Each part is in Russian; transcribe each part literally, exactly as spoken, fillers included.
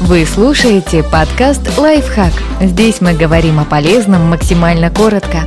Вы слушаете подкаст «Лайфхак». Здесь мы говорим о полезном максимально коротко.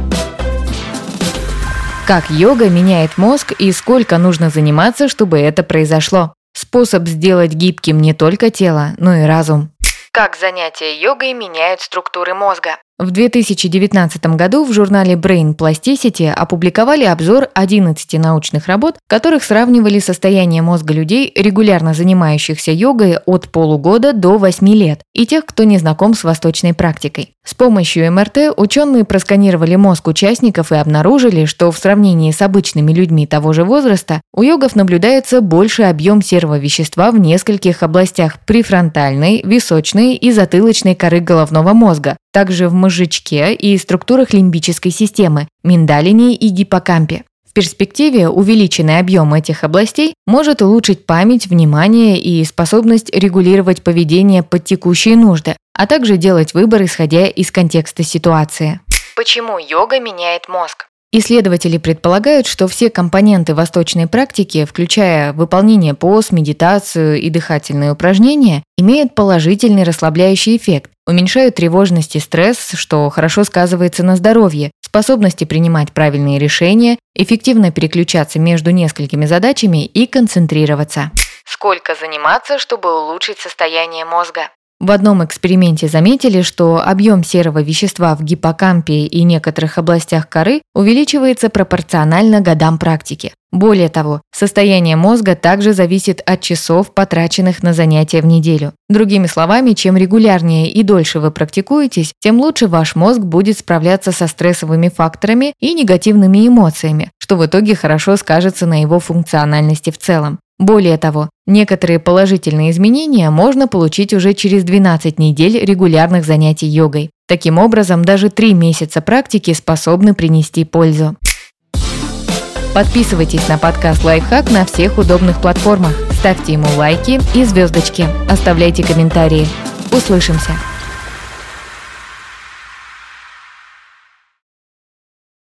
Как йога меняет мозг и сколько нужно заниматься, чтобы это произошло. Способ сделать гибким не только тело, но и разум. Как занятия йогой меняют структуры мозга. В две тысячи девятнадцатом году в журнале Brain Plasticity опубликовали обзор одиннадцати научных работ, в которых сравнивали состояние мозга людей, регулярно занимающихся йогой от полугода до восьми лет, и тех, кто не знаком с восточной практикой. С помощью эм эр тэ ученые просканировали мозг участников и обнаружили, что в сравнении с обычными людьми того же возраста у йогов наблюдается больший объем серого вещества в нескольких областях префронтальной, височной и затылочной коры головного мозга, также в мозжечке и структурах лимбической системы, миндалине и гиппокампе. В перспективе увеличенный объем этих областей может улучшить память, внимание и способность регулировать поведение под текущие нужды, а также делать выбор, исходя из контекста ситуации. Почему йога меняет мозг? Исследователи предполагают, что все компоненты восточной практики, включая выполнение поз, медитацию и дыхательные упражнения, имеют положительный расслабляющий эффект, уменьшают тревожность и стресс, что хорошо сказывается на здоровье, способности принимать правильные решения, эффективно переключаться между несколькими задачами и концентрироваться. Сколько заниматься, чтобы улучшить состояние мозга? В одном эксперименте заметили, что объем серого вещества в гиппокампе и некоторых областях коры увеличивается пропорционально годам практики. Более того, состояние мозга также зависит от часов, потраченных на занятия в неделю. Другими словами, чем регулярнее и дольше вы практикуетесь, тем лучше ваш мозг будет справляться со стрессовыми факторами и негативными эмоциями, что в итоге хорошо скажется на его функциональности в целом. Более того, некоторые положительные изменения можно получить уже через двенадцать недель регулярных занятий йогой. Таким образом, даже три месяца практики способны принести пользу. Подписывайтесь на подкаст «Лайфхак» на всех удобных платформах, ставьте ему лайки и звездочки, оставляйте комментарии. Услышимся!